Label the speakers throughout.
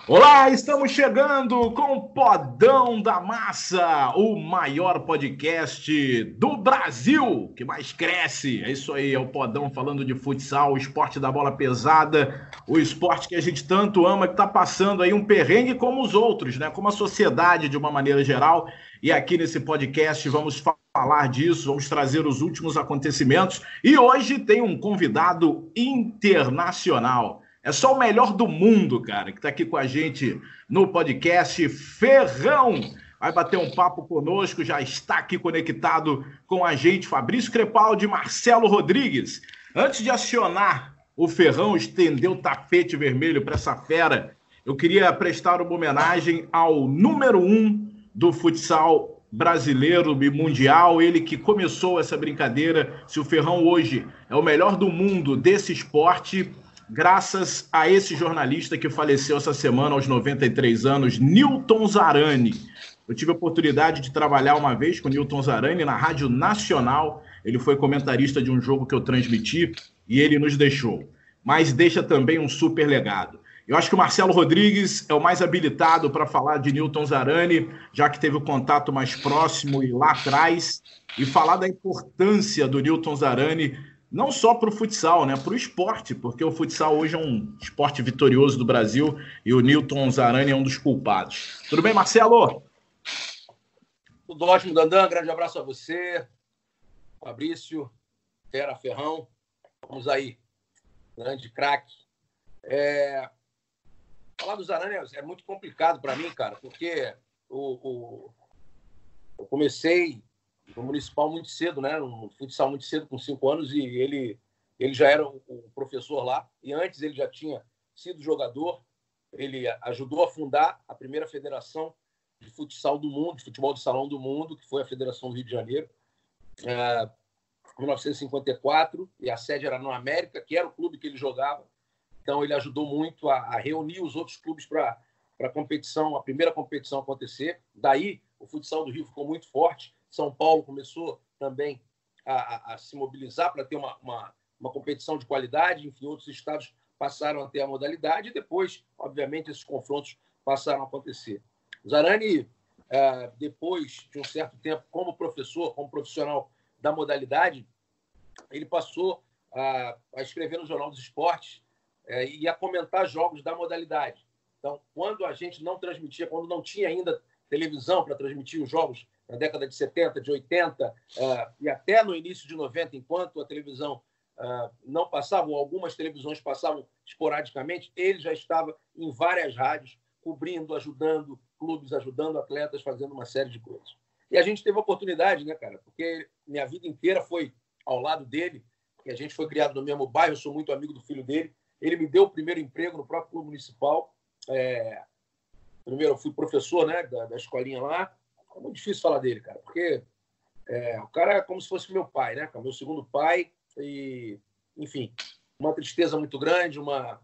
Speaker 1: Olá, estamos chegando com o Podão da Massa, o maior podcast do Brasil, que mais cresce. É isso aí, é o Podão falando de futsal, o esporte da bola pesada, o esporte que a gente tanto ama, que está passando aí um perrengue como os outros, né? Como a sociedade de uma maneira geral. E aqui nesse podcast vamos falar disso, vamos trazer os últimos acontecimentos. E hoje tem um convidado internacional. É só o melhor do mundo, cara, que está aqui com a gente no podcast. Ferrão vai bater um papo conosco, já está aqui conectado com a gente, Fabrício Crepaldi e Marcelo Rodrigues. Antes de acionar o Ferrão, estender o tapete vermelho para essa fera, eu queria prestar uma homenagem ao número 1 do futsal brasileiro e mundial, ele que começou essa brincadeira. Se o Ferrão hoje é o melhor do mundo desse esporte, graças a esse jornalista que faleceu essa semana aos 93 anos, Newton Zarani. Eu tive a oportunidade de trabalhar uma vez com o Newton Zarani na Rádio Nacional. Ele foi comentarista de um jogo que eu transmiti e ele nos deixou. Mas deixa também um super legado. Eu acho que o Marcelo Rodrigues é o mais habilitado para falar de Newton Zarani, já que teve o contato mais próximo e lá atrás, e falar da importância do Newton Zarani não só para o futsal, né, para o esporte, porque o futsal hoje é um esporte vitorioso do Brasil e o Newton Zarani é um dos culpados. Tudo bem, Marcelo?
Speaker 2: Tudo ótimo, Dandan. Grande abraço a você, Fabrício, Fera, Ferrão. Vamos aí. Grande craque. Falar do Zarani é muito complicado para mim, cara, porque eu comecei no Municipal muito cedo, né? No futsal muito cedo, com 5 anos, e ele já era o professor lá. E antes ele já tinha sido jogador. Ele ajudou a fundar a primeira federação de futsal do mundo, de futebol de salão do mundo, que foi a Federação do Rio de Janeiro, em 1954, e a sede era no América, que era o clube que ele jogava. Então ele ajudou muito a reunir os outros clubes para a competição, a primeira competição acontecer. Daí o futsal do Rio ficou muito forte. São Paulo começou também a se mobilizar para ter uma competição de qualidade. Enfim, outros estados passaram a ter a modalidade e depois, obviamente, esses confrontos passaram a acontecer. O Zarani, depois de um certo tempo, como professor, como profissional da modalidade, ele passou a escrever no Jornal dos Esportes e a comentar jogos da modalidade. Então, quando a gente não transmitia, quando não tinha ainda televisão para transmitir os jogos na década de 70, de 80 e até no início de 90, enquanto a televisão não passava, ou algumas televisões passavam esporadicamente, ele já estava em várias rádios, cobrindo, ajudando clubes, ajudando atletas, fazendo uma série de coisas. E a gente teve a oportunidade, né, cara? Porque minha vida inteira foi ao lado dele, e a gente foi criado no mesmo bairro, eu sou muito amigo do filho dele. Ele me deu o primeiro emprego no próprio clube municipal. Primeiro eu fui professor, né, da escolinha lá. É muito difícil falar dele, cara, porque o cara é como se fosse meu pai, né? Meu segundo pai. E, enfim, uma tristeza muito grande,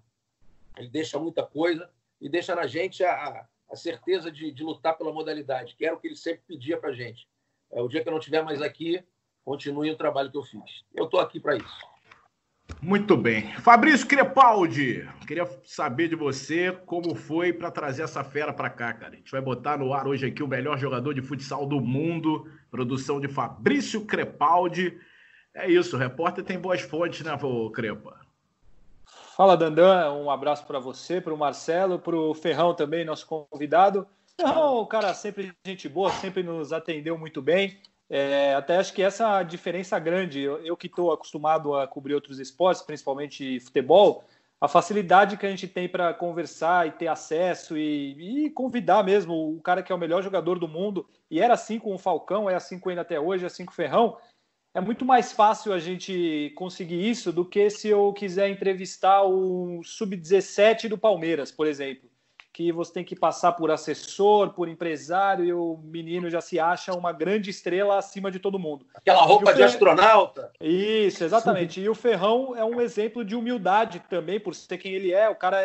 Speaker 2: ele deixa muita coisa e deixa na gente a certeza de lutar pela modalidade, que era o que ele sempre pedia para a gente. O dia que eu não estiver mais aqui, continue o trabalho que eu fiz. Eu estou aqui para isso.
Speaker 1: Muito bem. Fabrício Crepaldi, queria saber de você como foi para trazer essa fera para cá, cara. A gente vai botar no ar hoje aqui o melhor jogador de futsal do mundo, produção de Fabrício Crepaldi. É isso, o repórter tem boas fontes, né, Crepa?
Speaker 3: Fala, Dandan, um abraço para você, para o Marcelo, para o Ferrão também, nosso convidado. Ferrão, cara, sempre gente boa, sempre nos atendeu muito bem. Até acho que essa é a diferença grande. Eu que estou acostumado a cobrir outros esportes, principalmente futebol, a facilidade que a gente tem para conversar e ter acesso e convidar mesmo o cara que é o melhor jogador do mundo. E era assim com o Falcão, é assim com ele até hoje, é assim com o Ferrão. É muito mais fácil a gente conseguir isso do que se eu quiser entrevistar o Sub-17 do Palmeiras, por exemplo, que você tem que passar por assessor, por empresário, e o menino já se acha uma grande estrela acima de todo mundo.
Speaker 2: Aquela roupa de astronauta.
Speaker 3: Isso, exatamente. E o Ferrão é um exemplo de humildade também, por ser quem ele é. O cara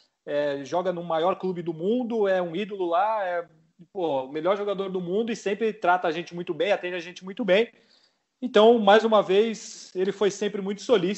Speaker 3: joga no maior clube do mundo, é um ídolo lá, o melhor jogador do mundo e sempre trata a gente muito bem, atende a gente muito bem. Então, mais uma vez, ele foi sempre muito solícito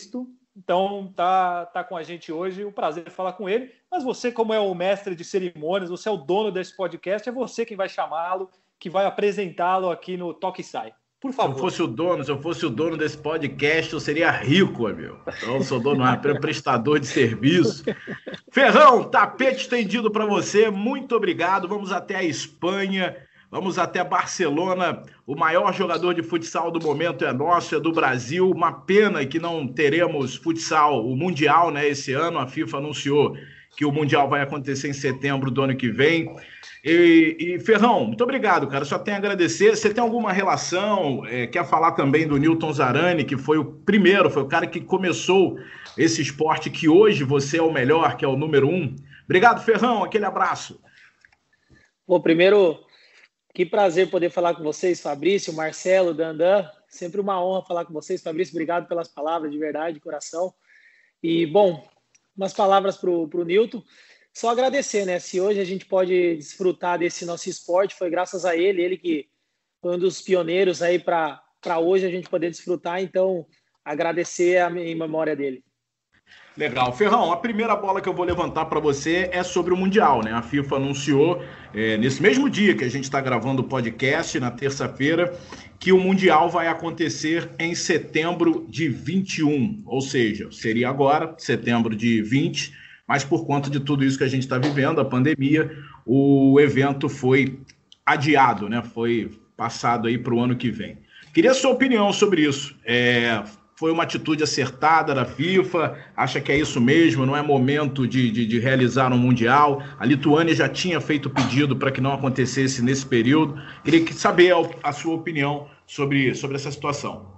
Speaker 3: Então tá com a gente hoje, um prazer falar com ele. Mas você, como é o mestre de cerimônias, você é o dono desse podcast, é você quem vai chamá-lo, que vai apresentá-lo aqui no Toque e Sai. Por favor.
Speaker 1: Se eu fosse o dono desse podcast, eu seria rico, amigo. Então, eu sou dono, prestador de serviço. Ferrão, tapete estendido para você. Muito obrigado. Vamos até a Espanha. Vamos até Barcelona. O maior jogador de futsal do momento é nosso, é do Brasil. Uma pena que não teremos futsal, o Mundial, né, esse ano. A FIFA anunciou que o Mundial vai acontecer em setembro do ano que vem. E Ferrão, muito obrigado, cara. Só tenho a agradecer. Você tem alguma relação? Quer falar também do Newton Zarani, que foi o primeiro, foi o cara que começou esse esporte, que hoje você é o melhor, que é o número 1. Obrigado, Ferrão. Aquele abraço.
Speaker 4: Bom, primeiro, que prazer poder falar com vocês, Fabrício, Marcelo, Dandan. Sempre uma honra falar com vocês, Fabrício. Obrigado pelas palavras, de verdade, de coração. E, bom, umas palavras para o Newton. Só agradecer, né? Se hoje a gente pode desfrutar desse nosso esporte, foi graças a ele que foi um dos pioneiros aí para hoje a gente poder desfrutar. Então, agradecer em memória dele.
Speaker 1: Legal. Ferrão, a primeira bola que eu vou levantar para você é sobre o Mundial, né? A FIFA anunciou, nesse mesmo dia que a gente está gravando o podcast, na terça-feira, que o Mundial vai acontecer em setembro de 21, ou seja, seria agora, setembro de 20, mas por conta de tudo isso que a gente está vivendo, a pandemia, o evento foi adiado, né? Foi passado aí para o ano que vem. Queria a sua opinião sobre isso. Foi uma atitude acertada da FIFA? Acha que é isso mesmo? Não é momento de realizar um Mundial? A Lituânia já tinha feito pedido para que não acontecesse nesse período. Queria saber a sua opinião sobre essa situação.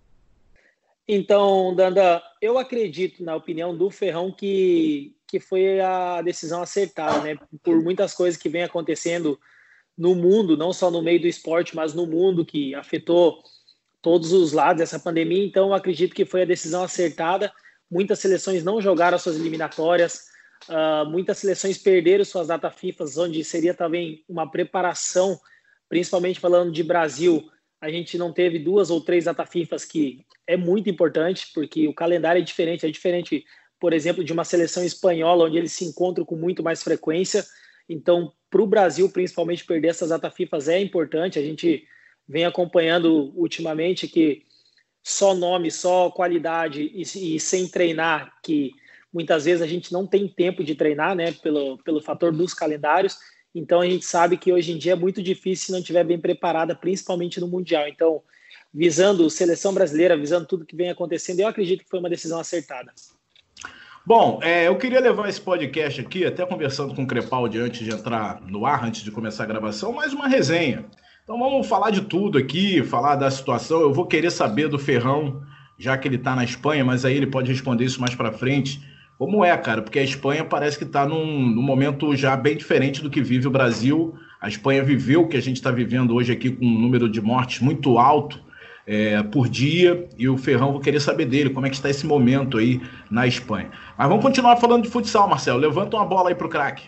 Speaker 4: Então, Dandan, eu acredito, na opinião do Ferrão, que foi a decisão acertada, né? Por muitas coisas que vem acontecendo no mundo, não só no meio do esporte, mas no mundo, que afetou todos os lados dessa pandemia. Então, eu acredito que foi a decisão acertada. Muitas seleções não jogaram as suas eliminatórias, muitas seleções perderam suas datas FIFA, onde seria também uma preparação, principalmente falando de Brasil. A gente não teve 2 ou 3 datas FIFA, que é muito importante, porque o calendário é diferente, por exemplo, de uma seleção espanhola, onde eles se encontram com muito mais frequência. Então, para o Brasil, principalmente, perder essas datas FIFA é importante. A gente vem acompanhando ultimamente que só nome, só qualidade e sem treinar, que muitas vezes a gente não tem tempo de treinar, né, pelo fator dos calendários. Então a gente sabe que hoje em dia é muito difícil se não estiver bem preparada, principalmente no Mundial. Então, visando seleção brasileira, visando tudo que vem acontecendo, eu acredito que foi uma decisão acertada.
Speaker 1: Bom, eu queria levar esse podcast aqui, até conversando com o Crepaldi antes de entrar no ar, antes de começar a gravação, mais uma resenha. Então vamos falar de tudo aqui, falar da situação. Eu vou querer saber do Ferrão, já que ele está na Espanha, mas aí ele pode responder isso mais para frente. Como é, cara? Porque a Espanha parece que está num momento já bem diferente do que vive o Brasil. A Espanha viveu o que a gente está vivendo hoje aqui, com um número de mortes muito alto por dia. E o Ferrão, vou querer saber dele, como é que está esse momento aí na Espanha. Mas vamos continuar falando de futsal, Marcelo. Levanta uma bola aí pro craque.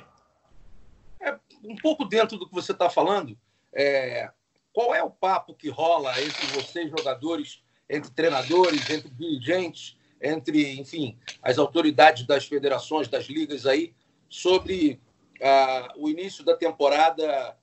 Speaker 2: Um pouco dentro do que você está falando, qual é o papo que rola entre vocês, jogadores, entre treinadores, entre dirigentes, entre, enfim, as autoridades das federações, das ligas aí, sobre o início da temporada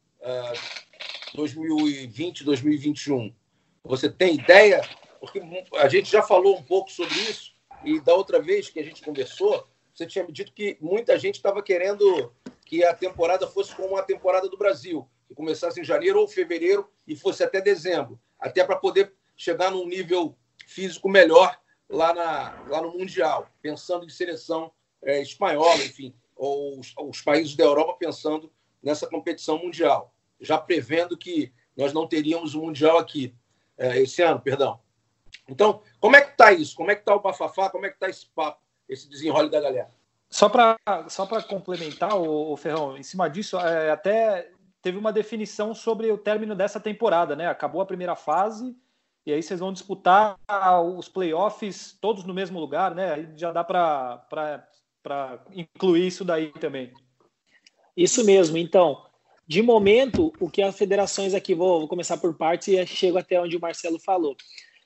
Speaker 2: 2020-2021? Você tem ideia? Porque a gente já falou um pouco sobre isso, e da outra vez que a gente conversou, você tinha me dito que muita gente estava querendo que a temporada fosse como a temporada do Brasil, que começasse em janeiro ou fevereiro e fosse até dezembro, até para poder chegar num nível físico melhor lá no Mundial, pensando em seleção espanhola, enfim, ou os países da Europa pensando nessa competição mundial, já prevendo que nós não teríamos o Mundial aqui, esse ano, perdão. Então, como é que está isso? Como é que está o bafafá? Como é que está esse papo, esse desenrole da galera?
Speaker 3: Só para complementar, o Ferrão, em cima disso, até teve uma definição sobre o término dessa temporada, né? Acabou a primeira fase e aí vocês vão disputar os playoffs todos no mesmo lugar, né? Aí já dá para incluir isso daí também.
Speaker 4: Isso mesmo. Então, de momento, o que as federações aqui, vou começar por partes e chego até onde o Marcelo falou.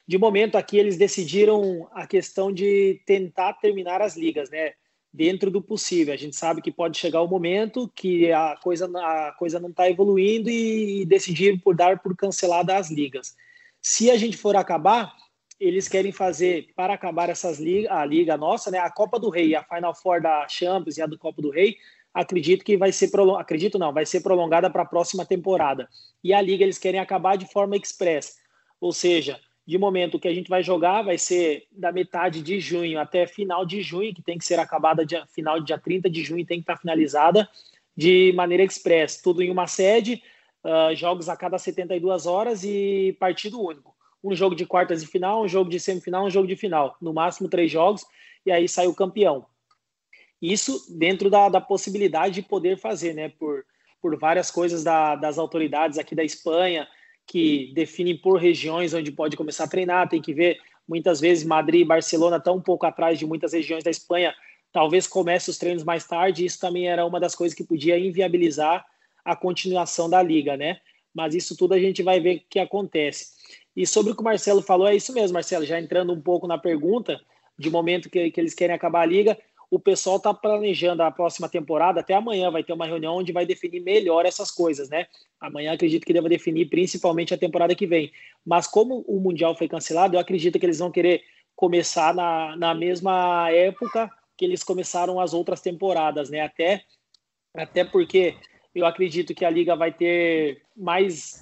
Speaker 4: De momento, aqui eles decidiram a questão de tentar terminar as ligas, né? Dentro do possível. A gente sabe que pode chegar o momento que a coisa não está evoluindo e decidir por dar por cancelada as ligas. Se a gente for acabar, eles querem fazer, para acabar essas ligas, a liga nossa, né? A Copa do Rei, a Final Four da Champions e a do Copa do Rei, acredito que vai ser vai ser prolongada para a próxima temporada. E a liga eles querem acabar de forma express, ou seja, de momento que a gente vai jogar vai ser da metade de junho até final de junho, que tem que ser acabada final de dia 30 de junho, tem que estar finalizada de maneira express, tudo em uma sede, jogos a cada 72 horas e partido único. Um jogo de quartas de final, um jogo de semifinal, um jogo de final. No máximo 3 jogos, e aí sai o campeão. Isso dentro da possibilidade de poder fazer, né? Por várias coisas das autoridades aqui da Espanha, que definem por regiões onde pode começar a treinar. Tem que ver, muitas vezes, Madrid e Barcelona estão um pouco atrás de muitas regiões da Espanha. Talvez comece os treinos mais tarde. Isso também era uma das coisas que podia inviabilizar a continuação da liga, né? Mas isso tudo a gente vai ver o que acontece. E sobre o que o Marcelo falou, é isso mesmo, Marcelo. Já entrando um pouco na pergunta, de momento que eles querem acabar a liga, o pessoal está planejando a próxima temporada, até amanhã vai ter uma reunião onde vai definir melhor essas coisas, né? Amanhã acredito que deva definir principalmente a temporada que vem. Mas como o Mundial foi cancelado, eu acredito que eles vão querer começar na mesma época que eles começaram as outras temporadas, né? Até porque eu acredito que a Liga vai ter mais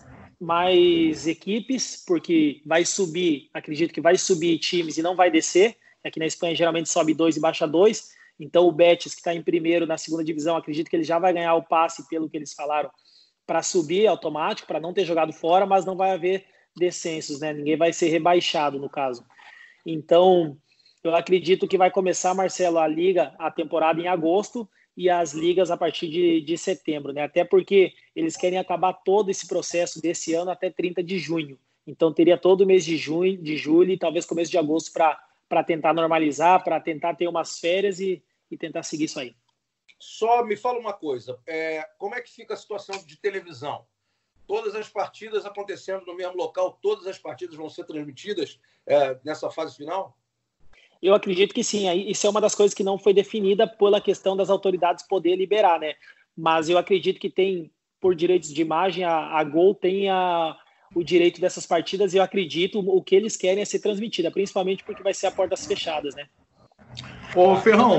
Speaker 4: equipes, porque vai subir, acredito que vai subir times e não vai descer. Aqui na Espanha geralmente sobe 2 e baixa 2, então o Betis, que está em primeiro na segunda divisão, acredito que ele já vai ganhar o passe, pelo que eles falaram, para subir automático, para não ter jogado fora, mas não vai haver descensos, né? Ninguém vai ser rebaixado, no caso. Então, eu acredito que vai começar, Marcelo, a temporada em agosto e as ligas a partir de setembro, né? Até porque eles querem acabar todo esse processo desse ano até 30 de junho. Então, teria todo o mês de julho e talvez começo de agosto para tentar normalizar, para tentar ter umas férias e tentar seguir isso aí.
Speaker 2: Só me fala uma coisa, como é que fica a situação de televisão? Todas as partidas acontecendo no mesmo local, todas as partidas vão ser transmitidas nessa fase final?
Speaker 4: Eu acredito que sim. Isso é uma das coisas que não foi definida pela questão das autoridades poder liberar, né? Mas eu acredito que tem, por direitos de imagem, a Gol tem o direito dessas partidas, e eu acredito o que eles querem é ser transmitida, principalmente porque vai ser a portas fechadas, né?
Speaker 1: Ô, Ferrão,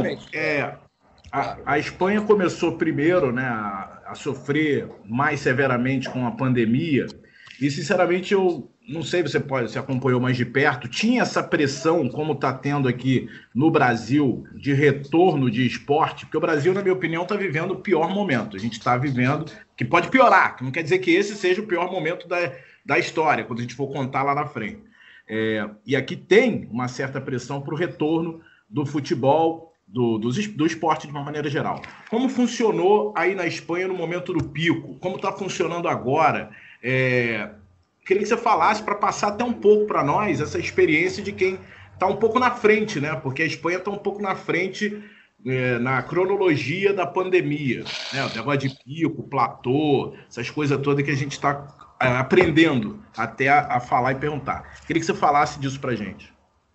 Speaker 1: a Espanha começou primeiro, né, a sofrer mais severamente com a pandemia, e sinceramente eu não sei, você acompanhou mais de perto, tinha essa pressão, como está tendo aqui no Brasil, de retorno de esporte, porque o Brasil, na minha opinião, está vivendo o pior momento. A gente está vivendo, que pode piorar, que não quer dizer que esse seja o pior momento da história, quando a gente for contar lá na frente. E aqui tem uma certa pressão para o retorno do futebol, do esporte de uma maneira geral. Como funcionou aí na Espanha no momento do pico? Como está funcionando agora? Queria que você falasse, para passar até um pouco para nós essa experiência de quem está um pouco na frente, né? Porque a Espanha está um pouco na frente na cronologia da pandemia, né? O negócio de pico, platô, essas coisas todas que a gente está aprendendo até a falar e perguntar. Queria que você falasse disso para a gente.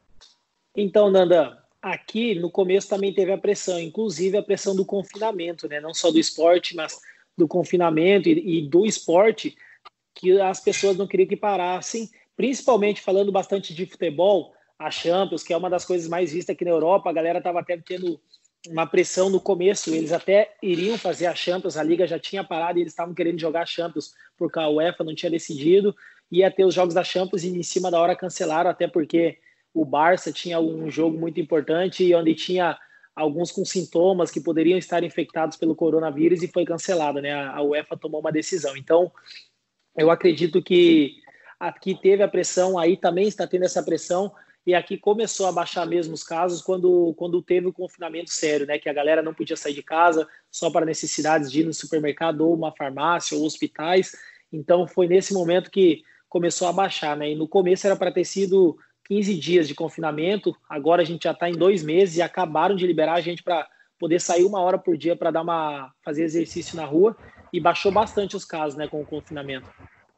Speaker 4: Então, Nanda, aqui no começo também teve a pressão, inclusive a pressão do confinamento, né? Não só do esporte, mas do confinamento e do esporte, que as pessoas não queriam que parassem, principalmente falando bastante de futebol, a Champions, que é uma das coisas mais vistas aqui na Europa. A galera estava até tendo uma pressão no começo, eles até iriam fazer a Champions, a Liga já tinha parado e eles estavam querendo jogar a Champions, porque a UEFA não tinha decidido, ia ter os jogos da Champions e em cima da hora cancelaram, até porque o Barça tinha um jogo muito importante e onde tinha alguns com sintomas que poderiam estar infectados pelo coronavírus e foi cancelado, né? A UEFA tomou uma decisão. Então, eu acredito que aqui teve a pressão, aí também está tendo essa pressão, e aqui começou a baixar mesmo os casos quando teve o confinamento sério, né? Que a galera não podia sair de casa só para necessidades de ir no supermercado ou uma farmácia ou hospitais. Então foi nesse momento que começou a baixar, né? E no começo era para ter sido 15 dias de confinamento, agora a gente já está em 2 meses e acabaram de liberar a gente para poder sair 1 hora por dia para fazer exercício na rua, e baixou bastante os casos, né, com o confinamento.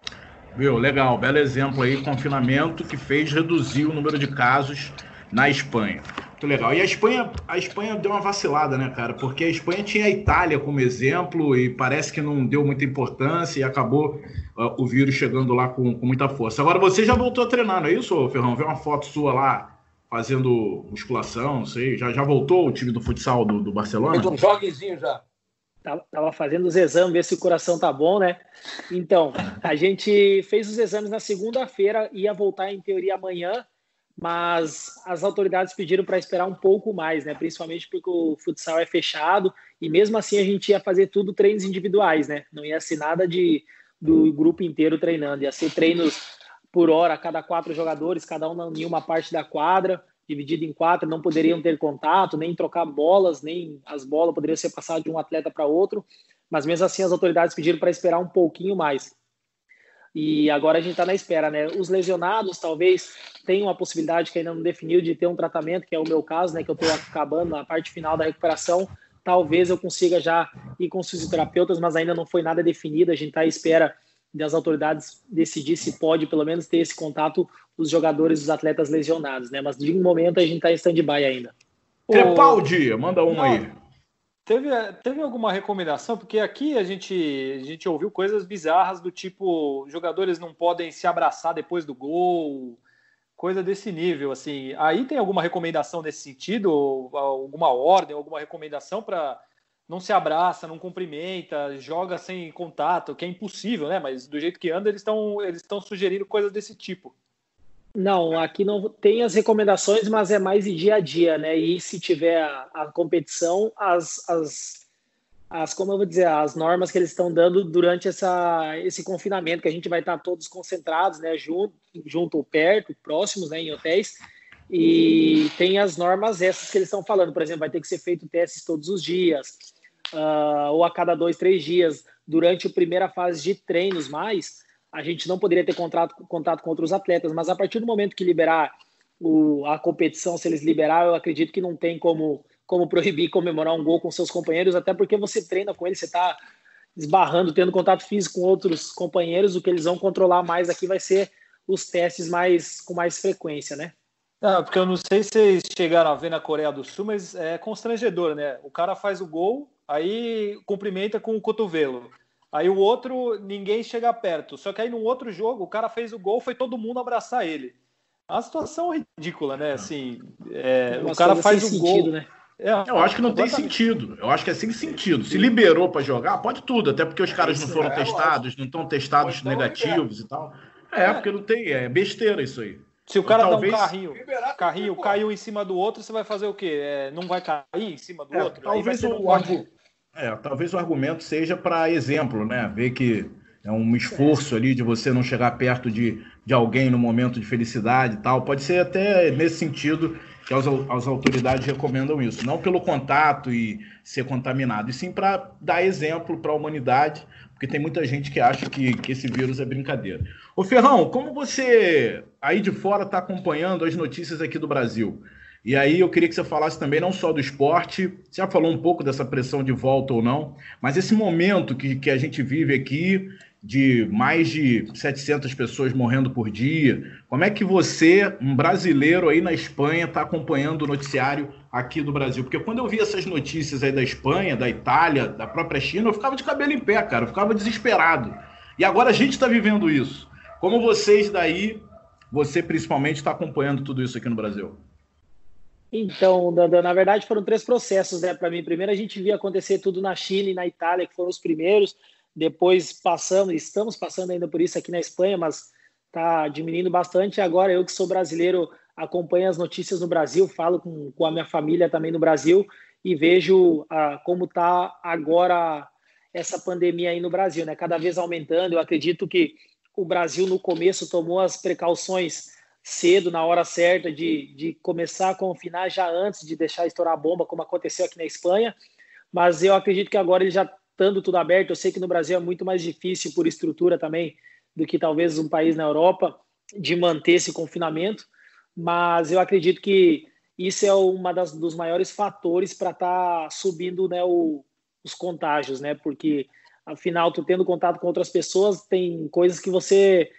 Speaker 1: Viu? Legal, belo exemplo aí, confinamento que fez reduzir o número de casos na Espanha. Muito legal. E a Espanha deu uma vacilada, né, cara? Porque a Espanha tinha a Itália como exemplo e parece que não deu muita importância e acabou o vírus chegando lá com muita força. Agora, você já voltou a treinar, não é isso, Ferrão? Vê uma foto sua lá fazendo musculação, não sei. Já voltou o time do futsal do Barcelona?
Speaker 2: Fez um joguezinho já.
Speaker 4: Tava fazendo os exames, ver se o coração tá bom, né? Então, a gente fez os exames na segunda-feira, ia voltar em teoria amanhã, mas as autoridades pediram para esperar um pouco mais, né? Principalmente porque o futsal é fechado e mesmo assim a gente ia fazer tudo treinos individuais, né? Não ia ser nada do grupo inteiro treinando, ia ser treinos por hora, cada 4 jogadores, cada um em uma parte da quadra, dividido em 4, não poderiam ter contato, nem trocar bolas, nem as bolas poderiam ser passadas de um atleta para outro, mas mesmo assim as autoridades pediram para esperar um pouquinho mais. E agora a gente está na espera, né? Os lesionados talvez tenham a possibilidade que ainda não definiu de ter um tratamento, que é o meu caso, né? Que eu estou acabando na parte final da recuperação. Talvez eu consiga já ir com os fisioterapeutas, mas ainda não foi nada definido. A gente está à espera das autoridades decidir se pode pelo menos ter esse contato os jogadores, os atletas lesionados, né? Mas de um momento a gente está em stand-by ainda.
Speaker 1: Crepaldi, manda uma aí.
Speaker 3: Teve alguma recomendação? Porque aqui a gente ouviu coisas bizarras do tipo jogadores não podem se abraçar depois do gol, coisa desse nível, assim. Aí tem alguma recomendação nesse sentido? Ou alguma ordem, alguma recomendação para não se abraça, não cumprimenta, joga sem contato, que é impossível, né? Mas do jeito que anda, eles estão sugerindo coisas desse tipo.
Speaker 4: Não, aqui não tem as recomendações, mas é mais de dia a dia, né? E se tiver a competição, como eu vou dizer, as normas que eles estão dando durante esse confinamento, que a gente vai estar todos concentrados, né? Junto ou perto, próximos, né? Em hotéis. E tem as normas essas que eles estão falando, por exemplo, vai ter que ser feito testes todos os dias, ou a cada 2, 3 dias, durante a primeira fase de treinos a gente não poderia ter contato com outros atletas, mas a partir do momento que liberar a competição, se eles liberar, eu acredito que não tem como proibir comemorar um gol com seus companheiros, até porque você treina com eles, você está esbarrando, tendo contato físico com outros companheiros, o que eles vão controlar mais aqui vai ser os testes com mais frequência, né?
Speaker 3: Porque eu não sei se vocês chegaram a ver na Coreia do Sul, mas é constrangedor, né? O cara faz o gol, aí cumprimenta com o cotovelo. Aí o outro, ninguém chega perto. Só que aí no outro jogo, o cara fez o gol, foi todo mundo abraçar ele. É uma situação ridícula, né? Assim, o cara faz o gol.
Speaker 4: Sentido, né?
Speaker 1: Eu acho que não tem sentido. Eu acho que é sem sentido. Se liberou para jogar, pode tudo. Até porque os caras não foram testados, não estão testados então, negativos e tal. Porque não tem. É besteira isso aí.
Speaker 3: Se o cara dá um carrinho caiu em cima do outro, você vai fazer o quê? Não vai cair em cima do outro?
Speaker 1: Talvez o argumento seja para exemplo, né? Ver que é um esforço ali de você não chegar perto de alguém no momento de felicidade e tal. Pode ser até nesse sentido que as autoridades recomendam isso. Não pelo contato e ser contaminado, e sim para dar exemplo para a humanidade, porque tem muita gente que acha que esse vírus é brincadeira. Ô Ferrão, como você aí de fora está acompanhando as notícias aqui do Brasil? E aí eu queria que você falasse também não só do esporte, você já falou um pouco dessa pressão de volta ou não, mas esse momento que a gente vive aqui, de mais de 700 pessoas morrendo por dia, como é que você, um brasileiro aí na Espanha, está acompanhando o noticiário aqui do Brasil? Porque quando eu vi essas notícias aí da Espanha, da Itália, da própria China, eu ficava de cabelo em pé, cara, eu ficava desesperado. E agora a gente está vivendo isso. Como vocês daí, você principalmente está acompanhando tudo isso aqui no Brasil?
Speaker 4: Então, Dandan, na verdade foram 3 processos, né, para mim. Primeiro a gente via acontecer tudo na China e na Itália, que foram os primeiros. Depois estamos passando ainda por isso aqui na Espanha, mas está diminuindo bastante. Agora eu que sou brasileiro, acompanho as notícias no Brasil, falo com a minha família também no Brasil e vejo como está agora essa pandemia aí no Brasil, né? Cada vez aumentando. Eu acredito que o Brasil no começo tomou as precauções cedo, na hora certa, de começar a confinar já antes de deixar estourar a bomba, como aconteceu aqui na Espanha. Mas eu acredito que agora ele já estando tudo aberto, eu sei que no Brasil é muito mais difícil por estrutura também do que talvez um país na Europa de manter esse confinamento, mas eu acredito que isso é dos maiores fatores para estar subindo, né, os contágios, né? Porque afinal, tu tendo contato com outras pessoas, tem coisas que você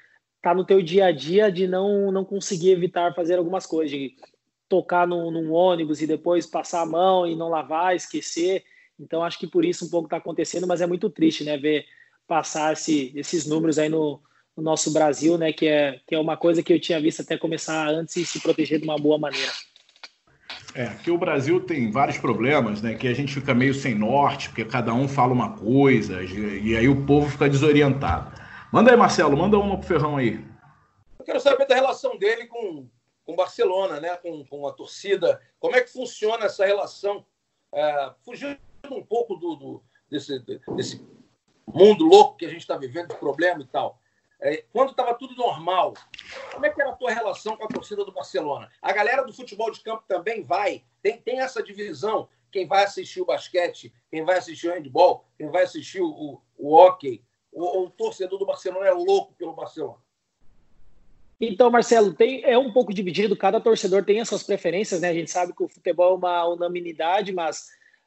Speaker 4: tá no teu dia a dia de não conseguir evitar fazer algumas coisas, de tocar num ônibus e depois passar a mão e não lavar, esquecer. Então, acho que por isso um pouco está acontecendo, mas é muito triste, né, ver passar esses números aí no nosso Brasil, né, que é uma coisa que eu tinha visto até começar antes e se proteger de uma boa maneira.
Speaker 1: Que o Brasil tem vários problemas, né, que a gente fica meio sem norte, porque cada um fala uma coisa, e aí o povo fica desorientado. Manda aí, Marcelo, manda uma pro Ferrão aí.
Speaker 2: Eu quero saber da relação dele com o Barcelona, né, com a torcida. Como é que funciona essa relação? Fugindo um pouco desse mundo louco que a gente está vivendo, de problema e tal. Quando estava tudo normal, como é que era a tua relação com a torcida do Barcelona? A galera do futebol de campo também vai? Tem essa divisão? Quem vai assistir o basquete, quem vai assistir o handball, quem vai assistir o hóquei? O torcedor do Barcelona é louco pelo Barcelona?
Speaker 4: Então, Marcelo, é um pouco dividido, cada torcedor tem as suas preferências, né? A gente sabe que o futebol é uma unanimidade, mas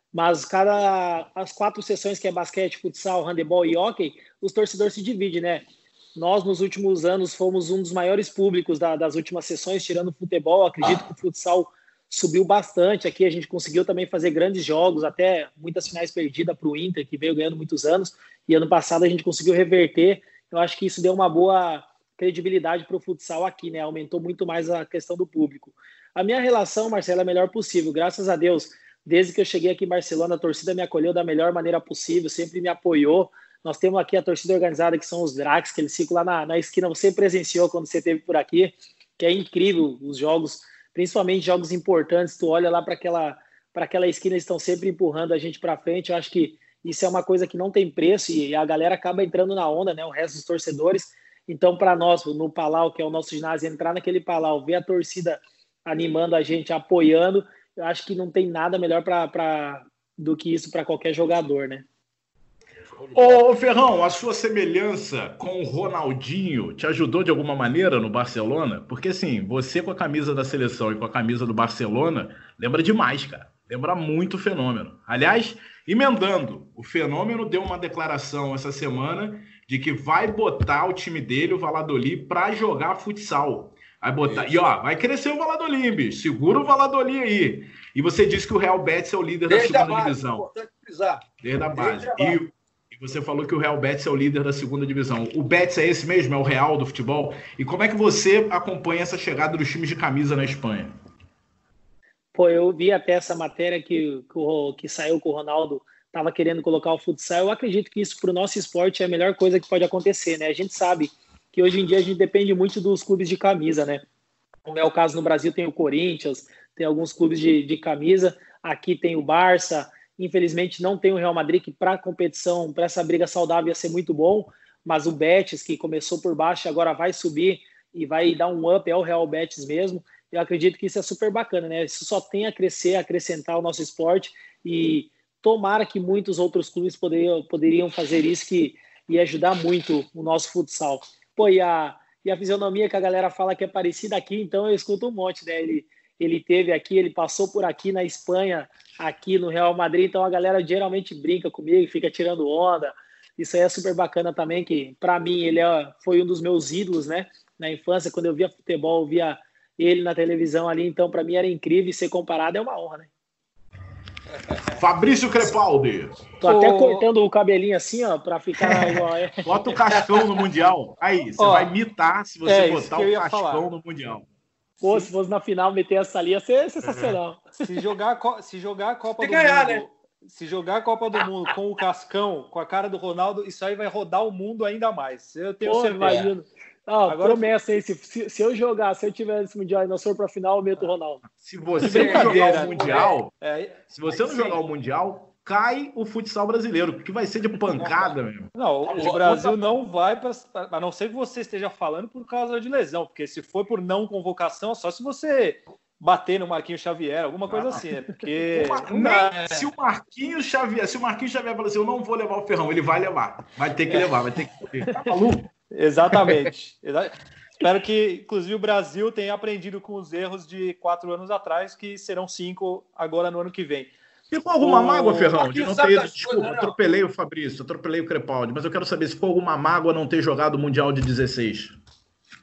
Speaker 4: as 4 sessões que é basquete, futsal, handebol e hóquei, os torcedores se dividem, né? Nós, nos últimos anos, fomos um dos maiores públicos das últimas sessões, tirando o futebol. Acredito que o futsal subiu bastante. Aqui a gente conseguiu também fazer grandes jogos, até muitas finais perdidas para o Inter, que veio ganhando muitos anos. E ano passado a gente conseguiu reverter. Eu acho que isso deu uma boa credibilidade para o futsal aqui, né? Aumentou muito mais a questão do público. A minha relação, Marcelo, é a melhor possível. Graças a Deus, desde que eu cheguei aqui em Barcelona, a torcida me acolheu da melhor maneira possível, sempre me apoiou. Nós temos aqui a torcida organizada, que são os Dracs, que eles ficam lá na esquina. Você presenciou quando você esteve por aqui, que é incrível os jogos, principalmente jogos importantes. Tu olha lá para aquela esquina, eles estão sempre empurrando a gente para frente. Eu acho que isso é uma coisa que não tem preço e a galera acaba entrando na onda, né? O resto dos torcedores. Então, para nós, no Palau, que é o nosso ginásio, entrar naquele Palau, ver a torcida animando a gente, apoiando, eu acho que não tem nada melhor do que isso para qualquer jogador, né?
Speaker 1: Ô, Ferrão, a sua semelhança com o Ronaldinho te ajudou de alguma maneira no Barcelona? Porque, assim, você com a camisa da seleção e com a camisa do Barcelona, lembra demais, cara. Lembra muito o Fenômeno. Aliás, emendando, o Fenômeno deu uma declaração essa semana de que vai botar o time dele, o Valladolid, para jogar futsal. Vai botar... E, ó, vai crescer o Valladolid, bicho. Segura o Valladolid aí. E você disse que o Real Betis é o líder da segunda divisão.
Speaker 2: Importante frisar.
Speaker 1: Desde a base. E você falou que o Real Betis é o líder da segunda divisão. O Betis é esse mesmo? É o Real do futebol? E como é que você acompanha essa chegada dos times de camisa na Espanha?
Speaker 4: Pô, eu vi até essa matéria que saiu com o Ronaldo, estava querendo colocar o futsal. Eu acredito que isso para o nosso esporte é a melhor coisa que pode acontecer, né? A gente sabe que hoje em dia a gente depende muito dos clubes de camisa, né? Como é o caso no Brasil, tem o Corinthians, tem alguns clubes de camisa, aqui tem o Barça. Infelizmente não tem o Real Madrid, que para a competição, para essa briga saudável ia ser muito bom, mas o Betis, que começou por baixo, agora vai subir e vai dar um up, é o Real Betis mesmo. Eu acredito que isso é super bacana, né? Isso só tem a crescer, a acrescentar o nosso esporte e tomara que muitos outros clubes poderiam fazer isso, que ia ajudar muito o nosso futsal. Pô, e a fisionomia que a galera fala que é parecida aqui, então eu escuto um monte, né? Ele teve aqui, ele passou por aqui na Espanha, aqui no Real Madrid, então a galera geralmente brinca comigo, fica tirando onda. Isso aí é super bacana também, que para mim ele foi um dos meus ídolos, né? Na infância, quando eu via futebol, eu via ele na televisão ali, então para mim era incrível, e ser comparado é uma honra, né?
Speaker 1: Fabrício Crepaldi.
Speaker 4: Tô até cortando o cabelinho assim, ó, pra ficar igual.
Speaker 1: Bota o Cascão no Mundial. Aí, você vai imitar se você botar o Cascão no Mundial.
Speaker 4: Pô, se fosse na final meter essa ali, ia ser sensacional.
Speaker 3: Se jogar a Copa do
Speaker 2: Mundo,
Speaker 3: né? Se jogar a Copa do Mundo com o Cascão, com a cara do Ronaldo, isso aí vai rodar o mundo ainda mais. Eu tenho certeza.
Speaker 4: Imagino. Agora, promessa, hein? Se eu tiver esse Mundial e não for pra final, eu meto o Ronaldo.
Speaker 1: Se você não jogar o Mundial, jogar o Mundial, cai o futsal brasileiro, porque vai ser de pancada mesmo.
Speaker 3: Não, o Brasil não vai, a não ser que você esteja falando por causa de lesão, porque se for por não convocação, só se você bater no Marquinhos Xavier, alguma coisa assim, né? Porque
Speaker 1: se o Marquinhos Xavier falar assim, eu não vou levar o Ferrão, ele vai levar. Vai ter que levar, vai ter que. Tá maluco?
Speaker 3: Exatamente. Espero que, inclusive, o Brasil tenha aprendido com os erros de 4 anos atrás, que serão 5 agora no ano que vem.
Speaker 1: Ficou alguma mágoa, Ferrão, de não ter ido? Desculpa, atropelei o Fabrício, atropelei o Crepaldi, mas eu quero saber se ficou alguma mágoa não ter jogado o Mundial de 16.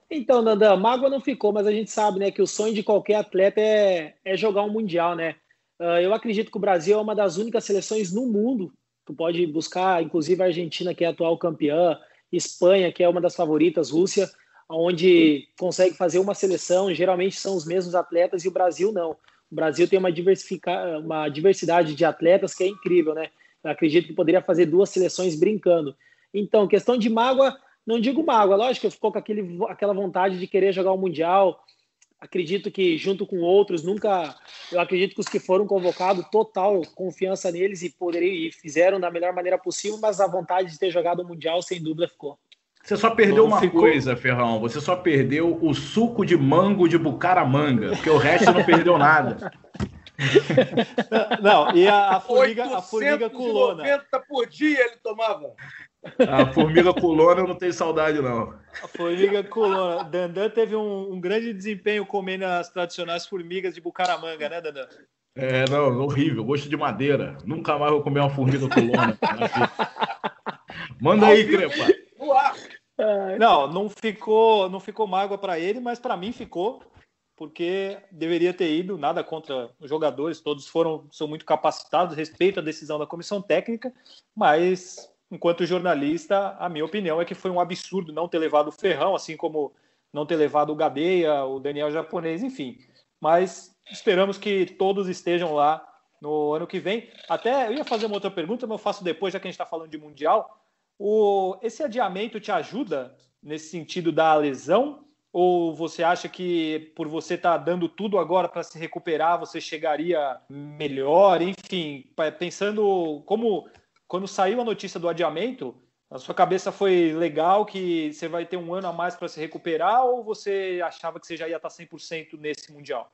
Speaker 4: Então, Dandan, mágoa não ficou, mas a gente sabe, né, que o sonho de qualquer atleta é jogar um Mundial, né? Eu acredito que o Brasil é uma das únicas seleções no mundo. Tu pode buscar, inclusive, a Argentina, que é a atual campeã, Espanha, que é uma das favoritas, Rússia, onde consegue fazer uma seleção, geralmente são os mesmos atletas, e o Brasil não. O Brasil tem uma diversidade de atletas que é incrível, né? Eu acredito que poderia fazer 2 seleções brincando. Então, questão de mágoa, não digo mágoa, lógico que eu ficou com aquela vontade de querer jogar o Mundial. Acredito que, junto com outros, eu acredito que os que foram convocados, total confiança neles e fizeram da melhor maneira possível, mas a vontade de ter jogado o Mundial, sem dúvida, ficou.
Speaker 1: Você só perdeu uma coisa, Ferrão. Você só perdeu o suco de mango de Bucaramanga, porque o resto não perdeu nada.
Speaker 3: Não, e a formiga culona.
Speaker 2: 890 por dia ele tomava.
Speaker 1: A formiga culona eu não tenho saudade, não.
Speaker 3: A formiga culona. Dandan teve um grande desempenho comendo as tradicionais formigas de Bucaramanga, né, Dandan?
Speaker 1: Não, horrível. Gosto de madeira. Nunca mais vou comer uma formiga culona. Manda aí, Crepa.
Speaker 3: Não ficou mágoa para ele, mas para mim ficou, porque deveria ter ido. Nada contra os jogadores, todos são muito capacitados, respeito a decisão da comissão técnica, mas enquanto jornalista, a minha opinião é que foi um absurdo não ter levado o Ferrão, assim como não ter levado o Gadeia, o Daniel Japonês, enfim. Mas esperamos que todos estejam lá no ano que vem. Até eu ia fazer uma outra pergunta, mas eu faço depois, já que a gente está falando de Mundial. Esse adiamento te ajuda nesse sentido da lesão? Ou você acha que por você estar dando tudo agora para se recuperar, você chegaria melhor? Enfim, pensando como quando saiu a notícia do adiamento, a sua cabeça foi legal que você vai ter um ano a mais para se recuperar, ou você achava que você já ia estar 100% nesse Mundial?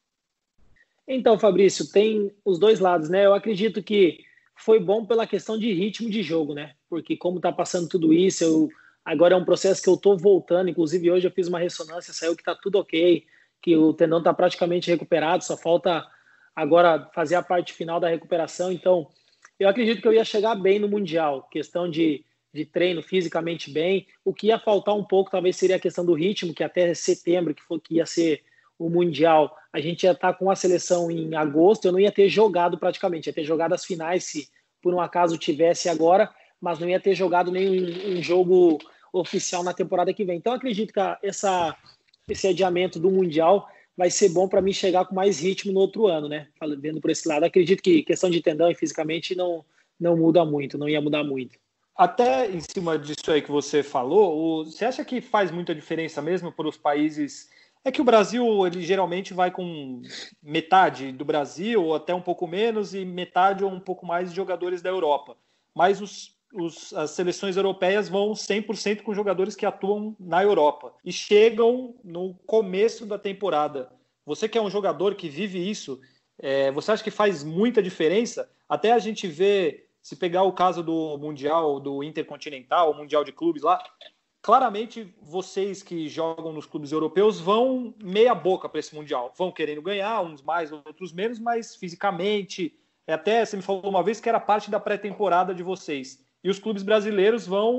Speaker 4: Então, Fabrício, tem os dois lados, né? Eu acredito que foi bom pela questão de ritmo de jogo, né? Porque como tá passando tudo isso, agora é um processo que eu tô voltando, inclusive hoje eu fiz uma ressonância, saiu que tá tudo ok, que o tendão tá praticamente recuperado, só falta agora fazer a parte final da recuperação. Então, eu acredito que eu ia chegar bem no Mundial, questão de treino fisicamente bem. O que ia faltar um pouco talvez seria a questão do ritmo, que até setembro, que ia ser o Mundial, a gente ia estar com a seleção em agosto, eu não ia ter jogado praticamente, ia ter jogado as finais se por um acaso tivesse agora, mas não ia ter jogado nenhum jogo oficial na temporada que vem. Então acredito que esse adiamento do Mundial vai ser bom para mim chegar com mais ritmo no outro ano, né? Vendo por esse lado, acredito que questão de tendão e fisicamente não muda muito, não ia mudar muito.
Speaker 3: Até em cima disso aí que você falou, você acha que faz muita diferença mesmo para os países? É que o Brasil, ele geralmente vai com metade do Brasil, ou até um pouco menos, e metade ou um pouco mais de jogadores da Europa. Mas as seleções europeias vão 100% com jogadores que atuam na Europa. E chegam no começo da temporada. Você que é um jogador que vive isso, você acha que faz muita diferença? Até a gente vê, se pegar o caso do Mundial, do Intercontinental, o Mundial de Clubes lá, claramente, vocês que jogam nos clubes europeus vão meia boca para esse Mundial. Vão querendo ganhar, uns mais, outros menos, mas fisicamente... Até você me falou uma vez que era parte da pré-temporada de vocês. E os clubes brasileiros vão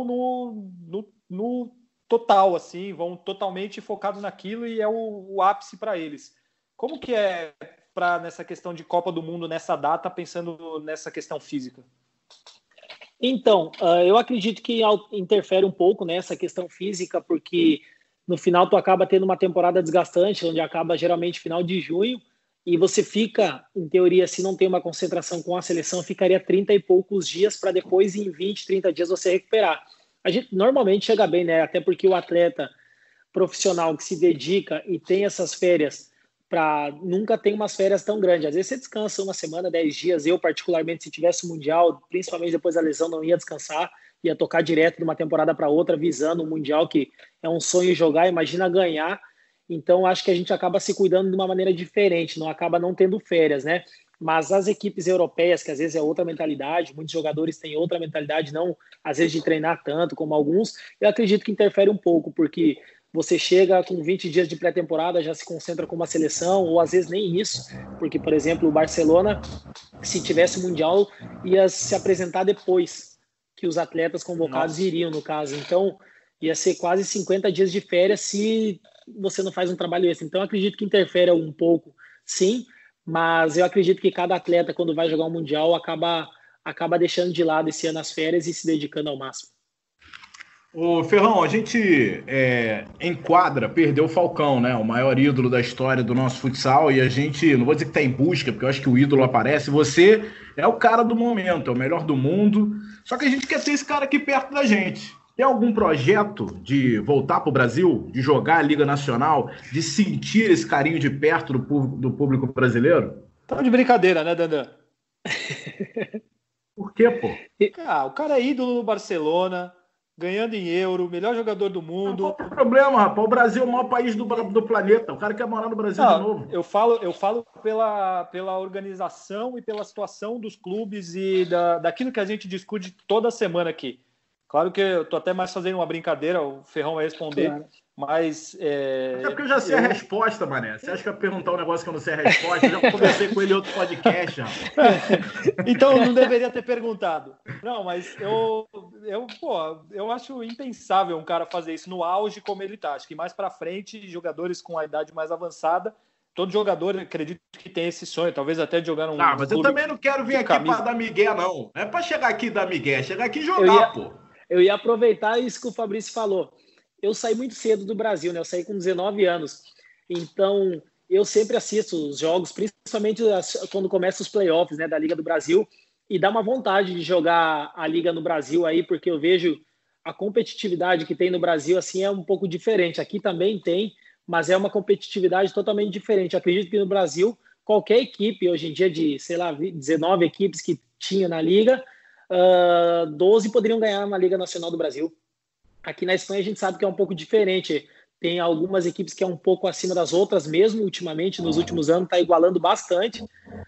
Speaker 3: no total, assim, vão totalmente focados naquilo e é o ápice para eles. Como que é nessa questão de Copa do Mundo, nessa data, pensando nessa questão física?
Speaker 4: Então, eu acredito que interfere um pouco nessa questão física, porque no final tu acaba tendo uma temporada desgastante, onde acaba geralmente final de junho, e você fica, em teoria, se não tem uma concentração com a seleção, ficaria 30 e poucos dias para depois, em 20, 30 dias, você recuperar. A gente normalmente chega bem, né? Até porque o atleta profissional que se dedica e tem essas férias, nunca tem umas férias tão grandes. Às vezes você descansa uma semana, 10 dias. Eu, particularmente, se tivesse o Mundial, principalmente depois da lesão, não ia descansar, ia tocar direto de uma temporada para outra, visando o Mundial, que é um sonho jogar, imagina ganhar. Então, acho que a gente acaba se cuidando de uma maneira diferente, acaba não tendo férias, né? Mas as equipes europeias, que às vezes é outra mentalidade, muitos jogadores têm outra mentalidade, não às vezes de treinar tanto como alguns, eu acredito que interfere um pouco, porque você chega com 20 dias de pré-temporada, já se concentra com uma seleção, ou às vezes nem isso, porque, por exemplo, o Barcelona, se tivesse o Mundial, ia se apresentar depois que os atletas convocados iriam, no caso. Então, ia ser quase 50 dias de férias se você não faz um trabalho extra. Então, eu acredito que interfere um pouco, sim, mas eu acredito que cada atleta, quando vai jogar um Mundial, acaba deixando de lado esse ano as férias e se dedicando ao máximo.
Speaker 1: Ô, Ferrão, a gente enquadra, perdeu o Falcão, né? O maior ídolo da história do nosso futsal, e a gente, não vou dizer que está em busca, porque eu acho que o ídolo aparece. Você é o cara do momento, é o melhor do mundo. Só que a gente quer ter esse cara aqui perto da gente. Tem algum projeto de voltar para o Brasil, de jogar a Liga Nacional, de sentir esse carinho de perto do público brasileiro?
Speaker 3: Tá de brincadeira, né, Dandan?
Speaker 1: Por quê, pô?
Speaker 3: O cara é ídolo no Barcelona, ganhando em euro, melhor jogador do mundo.
Speaker 1: Qual é o problema, rapaz? O Brasil é o maior país do planeta. O cara quer morar no Brasil de novo.
Speaker 3: Eu falo pela organização e pela situação dos clubes e daquilo que a gente discute toda semana aqui. Claro que eu tô até mais fazendo uma brincadeira, o Ferrão vai responder,
Speaker 4: Claro.
Speaker 3: Mas...
Speaker 1: Até porque eu já sei a resposta, mané. Você acha que eu ia perguntar um negócio que eu não sei a resposta? Eu já conversei com ele em outro podcast, rapaz.
Speaker 3: Então não deveria ter perguntado. Não, mas eu acho impensável um cara fazer isso no auge como ele tá. Acho que mais para frente, jogadores com a idade mais avançada, todo jogador, acredito que tem esse sonho, talvez até de jogar num
Speaker 1: mas eu também não quero vir aqui para dar migué, não. Não é para chegar aqui e dar migué, é chegar aqui e jogar, pô.
Speaker 4: Eu ia aproveitar isso que o Fabrício falou. Eu saí muito cedo do Brasil, né? Eu saí com 19 anos. Então, eu sempre assisto os jogos, principalmente quando começam os playoffs, né, da Liga do Brasil, e dá uma vontade de jogar a Liga no Brasil aí, porque eu vejo a competitividade que tem no Brasil, assim, é um pouco diferente. Aqui também tem, mas é uma competitividade totalmente diferente. Eu acredito que no Brasil, qualquer equipe, hoje em dia, de, 19 equipes que tinha na Liga, 12 poderiam ganhar na Liga Nacional do Brasil. Aqui na Espanha a gente sabe que é um pouco diferente. Tem algumas equipes que é um pouco acima das outras, mesmo ultimamente, nos últimos anos, está igualando bastante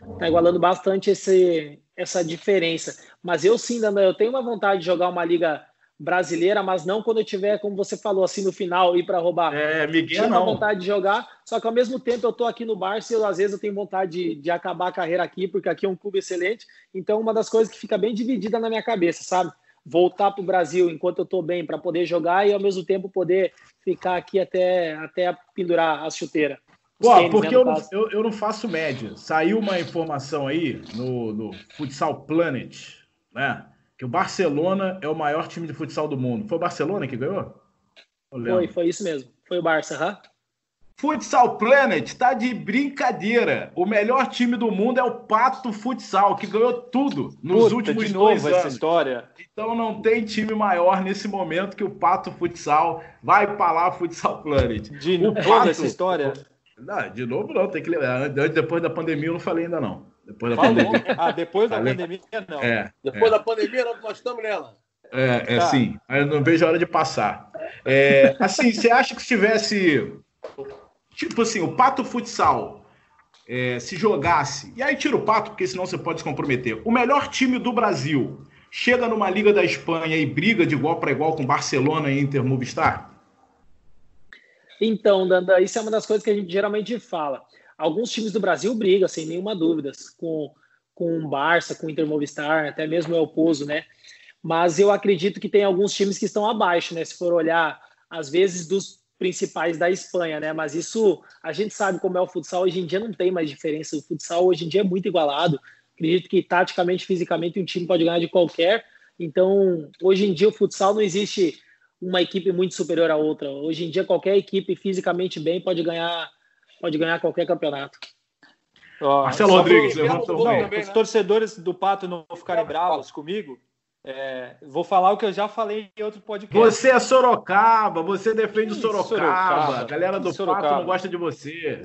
Speaker 4: essa diferença. Mas eu sim, Dandan, eu tenho uma vontade de jogar uma liga brasileira, mas não quando eu tiver, como você falou, assim, no final, ir para roubar.
Speaker 1: Miguel,
Speaker 4: não. Vontade de jogar, só que ao mesmo tempo eu estou aqui no Barça e às vezes eu tenho vontade de acabar a carreira aqui, porque aqui é um clube excelente. Então, uma das coisas que fica bem dividida na minha cabeça, sabe? Voltar para o Brasil enquanto eu estou bem para poder jogar e ao mesmo tempo poder ficar aqui até pendurar as chuteiras.
Speaker 1: Porque eu não faço média. Saiu uma informação aí no Futsal Planet, né? Que o Barcelona é o maior time de futsal do mundo. Foi o Barcelona que ganhou?
Speaker 4: Foi isso mesmo. Foi o Barça,
Speaker 1: Futsal Planet tá de brincadeira. O melhor time do mundo é o Pato Futsal, que ganhou tudo nos últimos 2 anos.
Speaker 3: Essa história.
Speaker 1: Então não tem time maior nesse momento que o Pato Futsal. Vai pra lá, Futsal Planet.
Speaker 3: De novo essa história?
Speaker 1: Não, de novo não, tem que lembrar. Depois da pandemia eu não falei ainda não.
Speaker 3: Depois da pandemia não.
Speaker 2: Depois da pandemia nós estamos nela.
Speaker 1: Sim. Eu não vejo a hora de passar. Assim, você acha que se tivesse... Tipo assim, o Pato Futsal se jogasse... E aí tira o Pato, porque senão você pode se comprometer. O melhor time do Brasil chega numa Liga da Espanha e briga de igual para igual com Barcelona e Inter Movistar?
Speaker 4: Então, Danda, isso é uma das coisas que a gente geralmente fala. Alguns times do Brasil brigam, sem nenhuma dúvida, com o Barça, com o Inter Movistar, até mesmo o El Pozo, né? Mas eu acredito que tem alguns times que estão abaixo, né? Se for olhar, às vezes, dos principais da Espanha, né? Mas isso, a gente sabe como é o futsal, hoje em dia não tem mais diferença. O futsal hoje em dia é muito igualado. Acredito que, taticamente, fisicamente, um time pode ganhar de qualquer. Então, hoje em dia, o futsal não existe uma equipe muito superior à outra. Hoje em dia, qualquer equipe fisicamente bem pode ganhar qualquer campeonato.
Speaker 1: Marcelo Rodrigues, levantou
Speaker 3: os torcedores do Pato não ficarem bravos comigo, vou falar o que eu já falei em outro podcast.
Speaker 1: Você é Sorocaba, você defende o Sorocaba. A galera do Pato não gosta de você.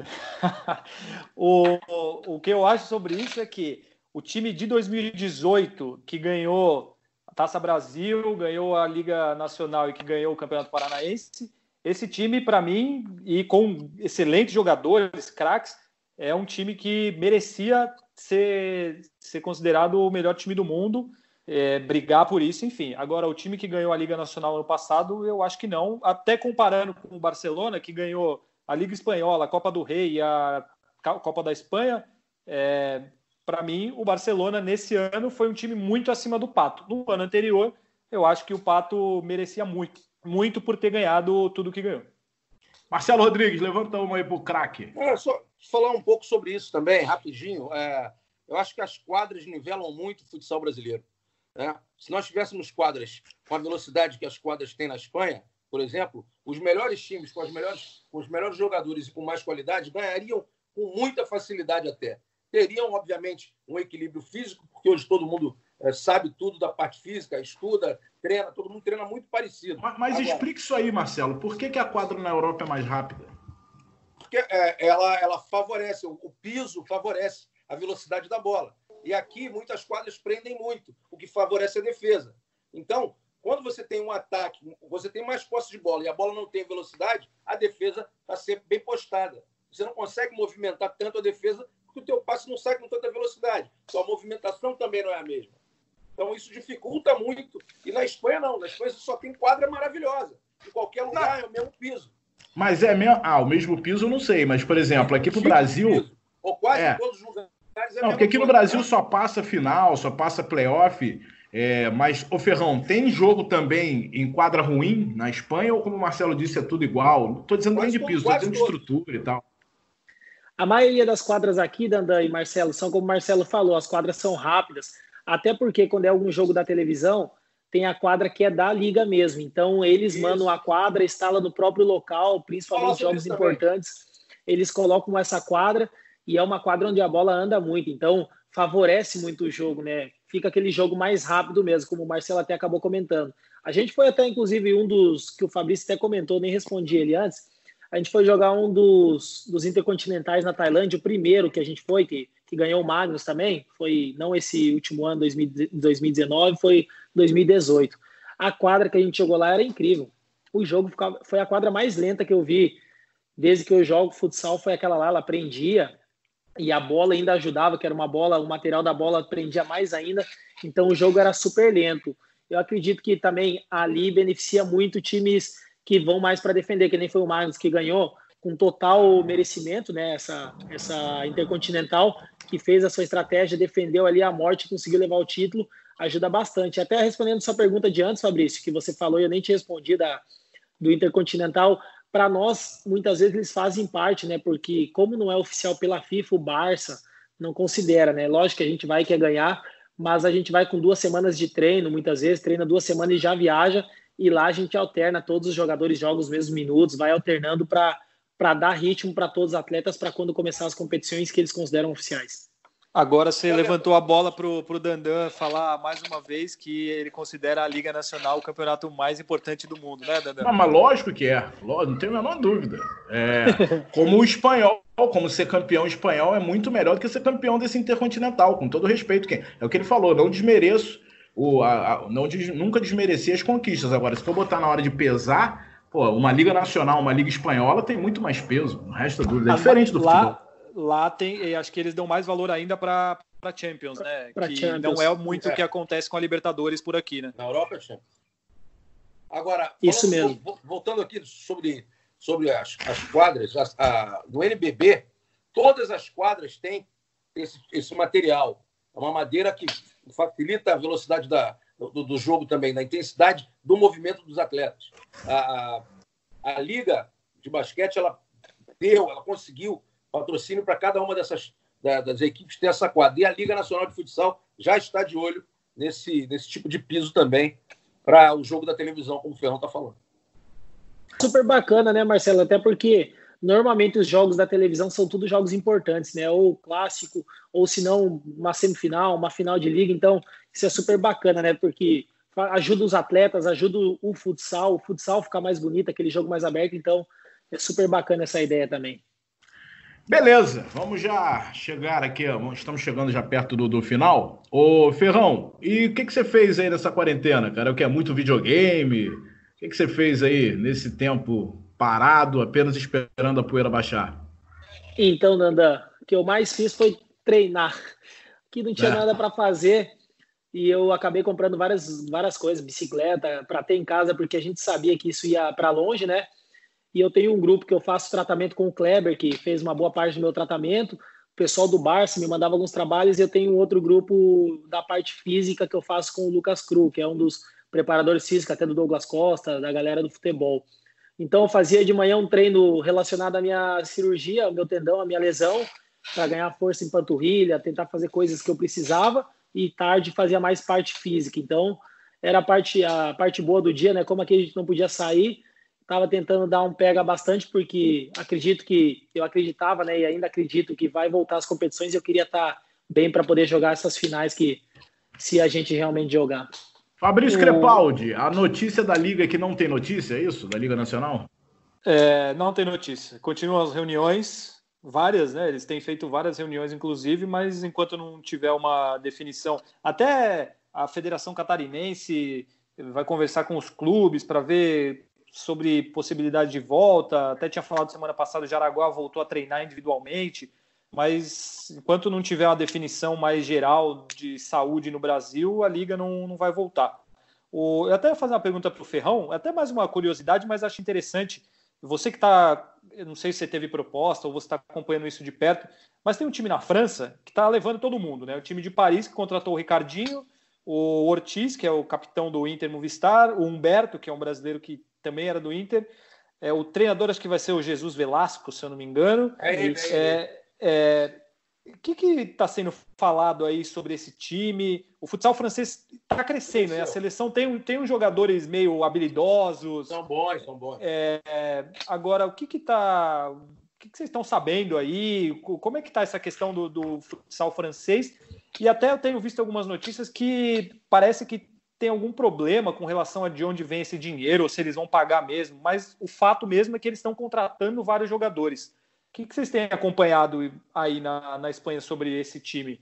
Speaker 3: O que eu acho sobre isso é que o time de 2018, que ganhou a Taça Brasil, ganhou a Liga Nacional e que ganhou o Campeonato Paranaense, esse time, para mim, e com excelentes jogadores, craques, é um time que merecia ser considerado o melhor time do mundo, brigar por isso, enfim. Agora, o time que ganhou a Liga Nacional ano passado, eu acho que não. Até comparando com o Barcelona, que ganhou a Liga Espanhola, a Copa do Rei e a Copa da Espanha, para mim, o Barcelona, nesse ano, foi um time muito acima do Pato. No ano anterior, eu acho que o Pato merecia muito muito por ter ganhado tudo que ganhou.
Speaker 1: Marcelo Rodrigues, levanta uma aí pro craque.
Speaker 2: Só falar um pouco sobre isso também, rapidinho. Eu acho que as quadras nivelam muito o futsal brasileiro, né? Se nós tivéssemos quadras com a velocidade que as quadras têm na Espanha, por exemplo, os melhores times com os melhores jogadores e com mais qualidade ganhariam com muita facilidade até. Teriam, obviamente, um equilíbrio físico, porque hoje todo mundo sabe tudo da parte física, estuda, treina, todo mundo treina muito parecido.
Speaker 1: Mas agora, explica isso aí, Marcelo. Por que a quadra na Europa é mais rápida?
Speaker 2: Porque ela favorece, o piso favorece a velocidade da bola. E aqui, muitas quadras prendem muito, o que favorece a defesa. Então, quando você tem um ataque, você tem mais posse de bola e a bola não tem velocidade, a defesa está sempre bem postada. Você não consegue movimentar tanto a defesa porque o teu passe não sai com tanta velocidade. Sua movimentação também não é a mesma. Então, isso dificulta muito. E na Espanha, não. Na Espanha, você só tem quadra maravilhosa. Em qualquer lugar é o mesmo piso.
Speaker 1: Mas é mesmo... o mesmo piso eu não sei. Mas, por exemplo, aqui pro Brasil...
Speaker 2: Piso, ou quase em todos os lugares.
Speaker 1: Não, porque aqui no Brasil só passa final, só passa playoff. Mas, Ferrão, tem jogo também em quadra ruim na Espanha? Ou, como o Marcelo disse, é tudo igual? Não estou dizendo nem de piso, estou dizendo de estrutura e tal.
Speaker 4: A maioria das quadras aqui, Dandan e Marcelo, são como o Marcelo falou, as quadras são rápidas, até porque quando é algum jogo da televisão, tem a quadra que é da liga mesmo. Então, eles mandam a quadra, instalam no próprio local, principalmente jogos importantes, eles colocam essa quadra e é uma quadra onde a bola anda muito. Então, favorece muito o jogo, né? Fica aquele jogo mais rápido mesmo, como o Marcelo até acabou comentando. A gente foi até, inclusive, um dos que o Fabrício até comentou, nem respondi ele antes. A gente foi jogar um dos intercontinentais na Tailândia, o primeiro que a gente foi, que ganhou o Magnus também, foi não esse último ano, 2019, foi 2018. A quadra que a gente jogou lá era incrível. O jogo foi a quadra mais lenta que eu vi desde que eu jogo futsal, foi aquela lá, ela prendia e a bola ainda ajudava, que era uma bola, o material da bola prendia mais ainda, então o jogo era super lento. Eu acredito que também ali beneficia muito times que vão mais para defender, que nem foi o Magnus que ganhou com total merecimento, né? Essa Intercontinental, que fez a sua estratégia, defendeu ali a morte, conseguiu levar o título, ajuda bastante. Até respondendo sua pergunta de antes, Fabrício, que você falou e eu nem te respondi do Intercontinental, para nós, muitas vezes eles fazem parte, né? Porque como não é oficial pela FIFA, o Barça não considera, né? Lógico que a gente vai quer ganhar, mas a gente vai com 2 semanas de treino, muitas vezes, treina 2 semanas e já viaja, e lá a gente alterna, todos os jogadores jogam os mesmos minutos, vai alternando para dar ritmo para todos os atletas para quando começar as competições que eles consideram oficiais.
Speaker 3: Agora você levantou a bola pro Dandan falar mais uma vez que ele considera a Liga Nacional o campeonato mais importante do mundo, né, Dandan?
Speaker 1: Não, mas lógico que é, não tenho a menor dúvida. Como o espanhol, como ser campeão espanhol é muito melhor do que ser campeão desse Intercontinental, com todo respeito. É o que ele falou, não desmereço, nunca desmerecer as conquistas. Agora, se for botar na hora de pesar, uma Liga Nacional, uma Liga Espanhola tem muito mais peso, não resta dúvida. É diferente do futebol.
Speaker 3: Lá tem, acho que eles dão mais valor ainda para Champions, né? Que
Speaker 4: Champions.
Speaker 3: Não é muito o que acontece com a Libertadores por aqui, né?
Speaker 2: Na Europa é Champions. Agora,
Speaker 4: isso mesmo.
Speaker 2: Voltando aqui sobre as quadras, no NBB, todas as quadras têm esse material. É uma madeira que facilita a velocidade do jogo também, da intensidade do movimento dos atletas. A Liga de Basquete, ela conseguiu patrocínio para cada uma das equipes ter essa quadra. E a Liga Nacional de Futsal já está de olho nesse tipo de piso também para o jogo da televisão, como o Ferrão está falando.
Speaker 4: Super bacana, né, Marcelo? Até porque normalmente os jogos da televisão são tudo jogos importantes, né? Ou clássico, ou se não uma semifinal, uma final de liga. Então, isso é super bacana, né? Porque ajuda os atletas, ajuda o futsal ficar mais bonito, aquele jogo mais aberto. Então, é super bacana essa ideia também.
Speaker 1: Beleza, vamos já chegar aqui, estamos chegando já perto do final. Ô, Ferrão, e o que você fez aí nessa quarentena, cara? O que é muito videogame? O que você fez aí nesse tempo parado, apenas esperando a poeira baixar?
Speaker 4: Então, Dandan, o que eu mais fiz foi treinar. Aqui não tinha nada para fazer e eu acabei comprando várias coisas, bicicleta, para ter em casa, porque a gente sabia que isso ia para longe, né? E eu tenho um grupo que eu faço tratamento com o Kleber, que fez uma boa parte do meu tratamento. O pessoal do Barça me mandava alguns trabalhos e eu tenho um outro grupo da parte física que eu faço com o Lucas Cru, que é um dos preparadores físicos, até do Douglas Costa, da galera do futebol. Então, eu fazia de manhã um treino relacionado à minha cirurgia, ao meu tendão, à minha lesão, para ganhar força em panturrilha, tentar fazer coisas que eu precisava, e tarde fazia mais parte física. Então, era a parte boa do dia, né? Como aqui a gente não podia sair, estava tentando dar um pega bastante, porque eu acreditava, né? E ainda acredito que vai voltar às competições e eu queria estar bem para poder jogar essas finais que, se a gente realmente jogar.
Speaker 1: Fabrício Crepaldi, a notícia da Liga é que não tem notícia, é isso? Da Liga Nacional?
Speaker 3: Não tem notícia. Continuam as reuniões, várias, né? Eles têm feito várias reuniões, inclusive, mas enquanto não tiver uma definição, até a Federação Catarinense vai conversar com os clubes para ver sobre possibilidade de volta. Até tinha falado semana passada, o Jaraguá voltou a treinar individualmente, mas enquanto não tiver uma definição mais geral de saúde no Brasil, a Liga não vai voltar. Eu até ia fazer uma pergunta para o Ferrão, até mais uma curiosidade, mas acho interessante. Você que está, eu não sei se você teve proposta ou você está acompanhando isso de perto, mas tem um time na França que está levando todo mundo, né? O time de Paris, que contratou o Ricardinho, o Ortiz, que é o capitão do Inter Movistar, o Humberto, que é um brasileiro que também era do Inter, o treinador acho que vai ser o Jesus Velasco, se eu não me engano. O que está sendo falado aí sobre esse time? O futsal francês está crescendo, né? A seleção tem uns jogadores meio habilidosos.
Speaker 2: São bons.
Speaker 3: Agora, o que vocês estão sabendo aí? Como é que está essa questão do futsal francês? E até eu tenho visto algumas notícias que parece que tem algum problema com relação a de onde vem esse dinheiro, ou se eles vão pagar mesmo, mas o fato mesmo é que eles estão contratando vários jogadores. O que vocês têm acompanhado aí na Espanha sobre esse time?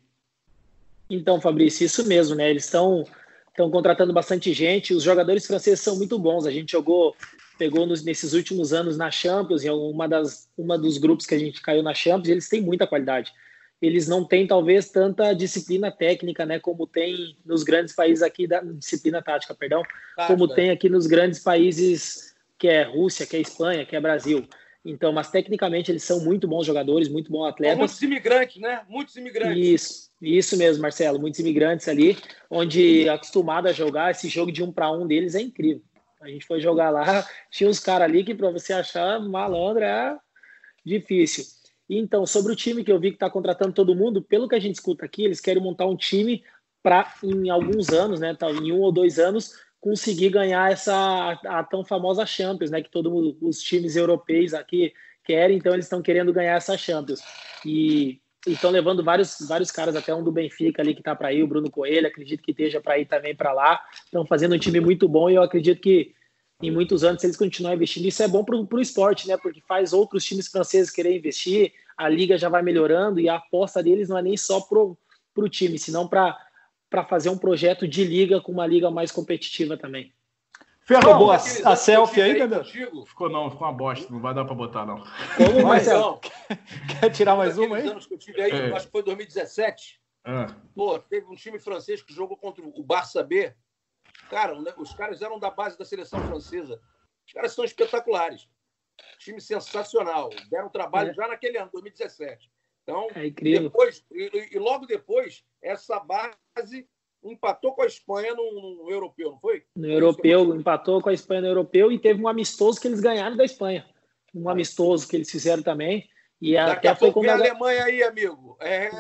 Speaker 4: Então, Fabrício, isso mesmo, né? Eles estão contratando bastante gente. Os jogadores franceses são muito bons. A gente pegou nesses últimos anos na Champions, em uma dos grupos que a gente caiu na Champions, e eles têm muita qualidade. Eles não têm, talvez, tanta disciplina técnica, né? Como tem nos grandes países aqui, disciplina tática, perdão, como tem aqui nos grandes países, que é Rússia, que é Espanha, que é Brasil. Então, mas tecnicamente eles são muito bons jogadores, muito bons atletas.
Speaker 2: Muitos imigrantes, né? Muitos imigrantes.
Speaker 4: Isso mesmo, Marcelo. Muitos imigrantes ali, onde acostumado a jogar, esse jogo de 1 para 1 deles é incrível. A gente foi jogar lá, tinha uns caras ali que para você achar malandro é difícil. Então, sobre o time que eu vi que está contratando todo mundo, pelo que a gente escuta aqui, eles querem montar um time para, em alguns anos, né? Em 1 ou 2 anos, conseguir ganhar a tão famosa Champions, né? Que todos os times europeus aqui querem, então eles estão querendo ganhar essa Champions. E estão levando vários caras, até um do Benfica ali que está para ir, o Bruno Coelho, acredito que esteja para ir também para lá. Estão fazendo um time muito bom e eu acredito que em muitos anos, se eles continuarem investindo, isso é bom para o esporte, né? Porque faz outros times franceses querer investir, a liga já vai melhorando e a aposta deles não é nem só para o time, senão para fazer um projeto de liga com uma liga mais competitiva também.
Speaker 3: Ficou boa a selfie aí, Dandan?
Speaker 1: Ficou uma bosta, não vai dar para botar, não.
Speaker 4: Como, Marcelo?
Speaker 3: Quer tirar mais uma aí?
Speaker 2: Anos que eu tive aí, acho que foi 2017. Pô, teve um time francês que jogou contra o Barça B. Cara, os caras eram da base da seleção francesa. Os caras são espetaculares. Time sensacional. Deram trabalho já naquele ano, 2017. Então, depois, e logo depois, essa base empatou com a Espanha no europeu, não foi?
Speaker 4: No europeu, empatou com a Espanha no europeu e teve um amistoso que eles ganharam da Espanha. Um amistoso que eles fizeram também. E
Speaker 2: daqui a pouco vem a Alemanha aí, amigo.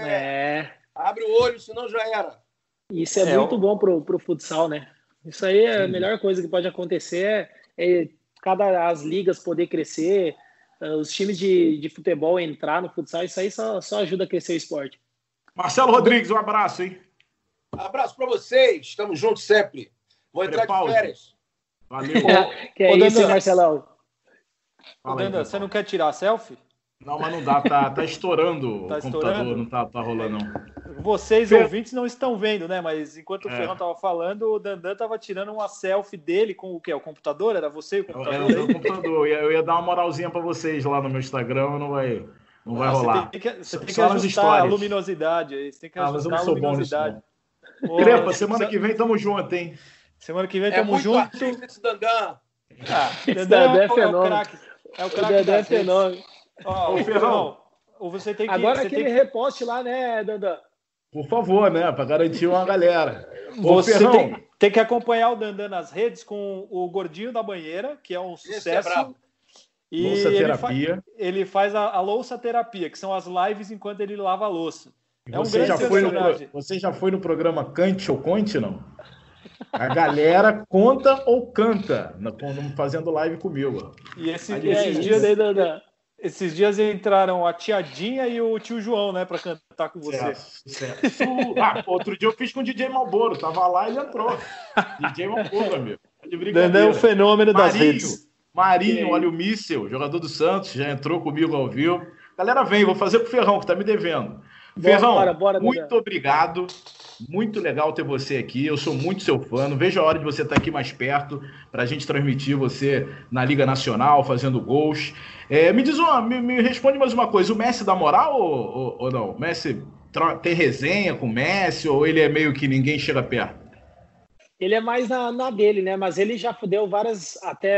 Speaker 2: Abre o olho, senão já era.
Speaker 4: Isso é muito bom pro futsal, né? Isso aí é a melhor coisa que pode acontecer, as ligas poder crescer, os times de futebol entrar no futsal, isso aí só ajuda a crescer o esporte.
Speaker 1: Marcelo Rodrigues, um abraço, hein?
Speaker 2: Abraço para vocês, estamos juntos sempre. Vou entrar de férias.
Speaker 1: Valeu.
Speaker 4: Que é isso, Marcelão.
Speaker 3: Dandan, você não quer tirar a selfie?
Speaker 1: Não, mas não dá, tá estourando o computador, não tá rolando, não.
Speaker 3: Vocês, ouvintes, não estão vendo, né? Mas enquanto o Ferrão tava falando, o Dandan tava tirando uma selfie dele com o quê? O computador? Era você e o computador?
Speaker 1: Era o computador. Eu ia dar uma moralzinha pra vocês lá no meu Instagram, não vai rolar.
Speaker 3: Você tem que ajustar a luminosidade aí. Você tem que ajustar a luminosidade.
Speaker 1: Crepa, semana que vem tamo junto, hein?
Speaker 3: Semana que vem tamo junto.
Speaker 2: Esse Dandan.
Speaker 4: Dandan é fenômeno.
Speaker 3: É o craque.
Speaker 4: Dandan é fenômeno.
Speaker 3: Ô, Ferrão, você tem que...
Speaker 4: Agora aquele reposte lá, né, Dandan?
Speaker 1: Por favor, né? Para garantir uma galera.
Speaker 3: Você
Speaker 1: Ferrão,
Speaker 3: Tem que acompanhar o Dandan nas redes com o Gordinho da Banheira, que é um sucesso. E
Speaker 1: louça terapia.
Speaker 3: Ele faz a louça terapia, que são as lives enquanto ele lava a louça.
Speaker 1: Você já foi no programa Cante ou Conte, não? A galera conta ou canta fazendo live comigo.
Speaker 3: E esses dias entraram a tia Dinha e o tio João, né, para cantar com você.
Speaker 1: Certo. Outro dia eu fiz com o DJ Malboro. Tava lá e ele entrou. DJ Malboro, amigo.
Speaker 3: Dandan é um fenômeno das redes.
Speaker 1: Marinho, olha o míssel, jogador do Santos, já entrou comigo ao vivo. Galera, vou fazer pro Ferrão, que tá me devendo. Ferrão, muito obrigado. Muito legal ter você aqui. Eu sou muito seu fã. Não vejo a hora de você estar aqui mais perto para a gente transmitir você na Liga Nacional, fazendo gols. Me responde mais uma coisa. O Messi dá moral ou não? O Messi tem resenha com o Messi ou ele é meio que ninguém chega perto?
Speaker 4: Ele é mais na dele, né? Mas ele já deu várias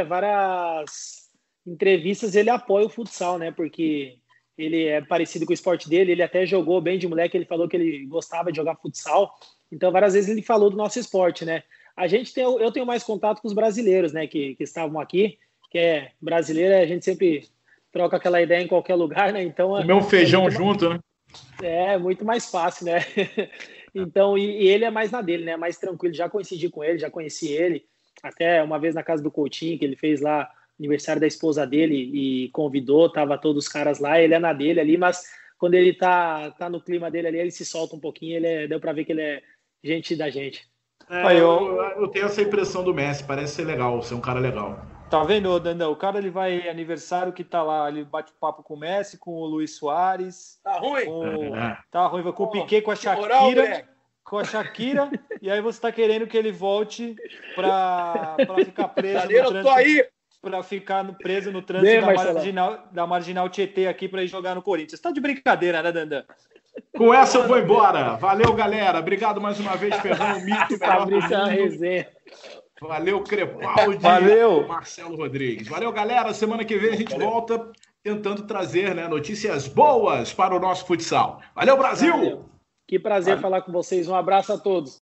Speaker 4: entrevistas. Ele apoia o futsal, né? Porque ele é parecido com o esporte dele, ele até jogou bem de moleque, ele falou que ele gostava de jogar futsal, então várias vezes ele falou do nosso esporte, né? Eu tenho mais contato com os brasileiros, né, que estavam aqui, que é brasileiro, a gente sempre troca aquela ideia em qualquer lugar, né? Então
Speaker 1: comer um feijão junto, né?
Speaker 4: É muito mais fácil, né? Então, e ele é mais na dele, né? Mais tranquilo, já coincidi com ele, já conheci ele, até uma vez na casa do Coutinho, que ele fez lá aniversário da esposa dele e convidou, tava todos os caras lá, ele é na dele ali, mas quando ele tá no clima dele ali, ele se solta um pouquinho, deu pra ver que ele é gente da gente.
Speaker 1: Eu tenho essa impressão do Messi, parece ser legal, ser um cara legal.
Speaker 3: Tá vendo, Dandan? O cara, ele vai aniversário que tá lá, ele bate papo com o Messi, com o Luiz Soares.
Speaker 2: Tá ruim?
Speaker 3: Tá ruim, com o Piquet, com a Shakira. Com a Shakira, e aí você tá querendo que ele volte pra ficar preso no trânsito.
Speaker 2: Eu tô aí!
Speaker 3: Para ficar preso no trânsito da Marginal Tietê aqui para ir jogar no Corinthians. Tá de brincadeira, né, Dandan?
Speaker 1: Com essa eu vou embora. Valeu, galera. Obrigado mais uma vez, Ferrão, Mito,
Speaker 4: resenha.
Speaker 1: Valeu, Crepaldi.
Speaker 3: Valeu.
Speaker 1: Marcelo Rodrigues. Valeu, galera. Semana que vem a gente volta tentando trazer, né, notícias boas para o nosso futsal. Valeu, Brasil!
Speaker 4: Valeu. Que prazer falar com vocês. Um abraço a todos.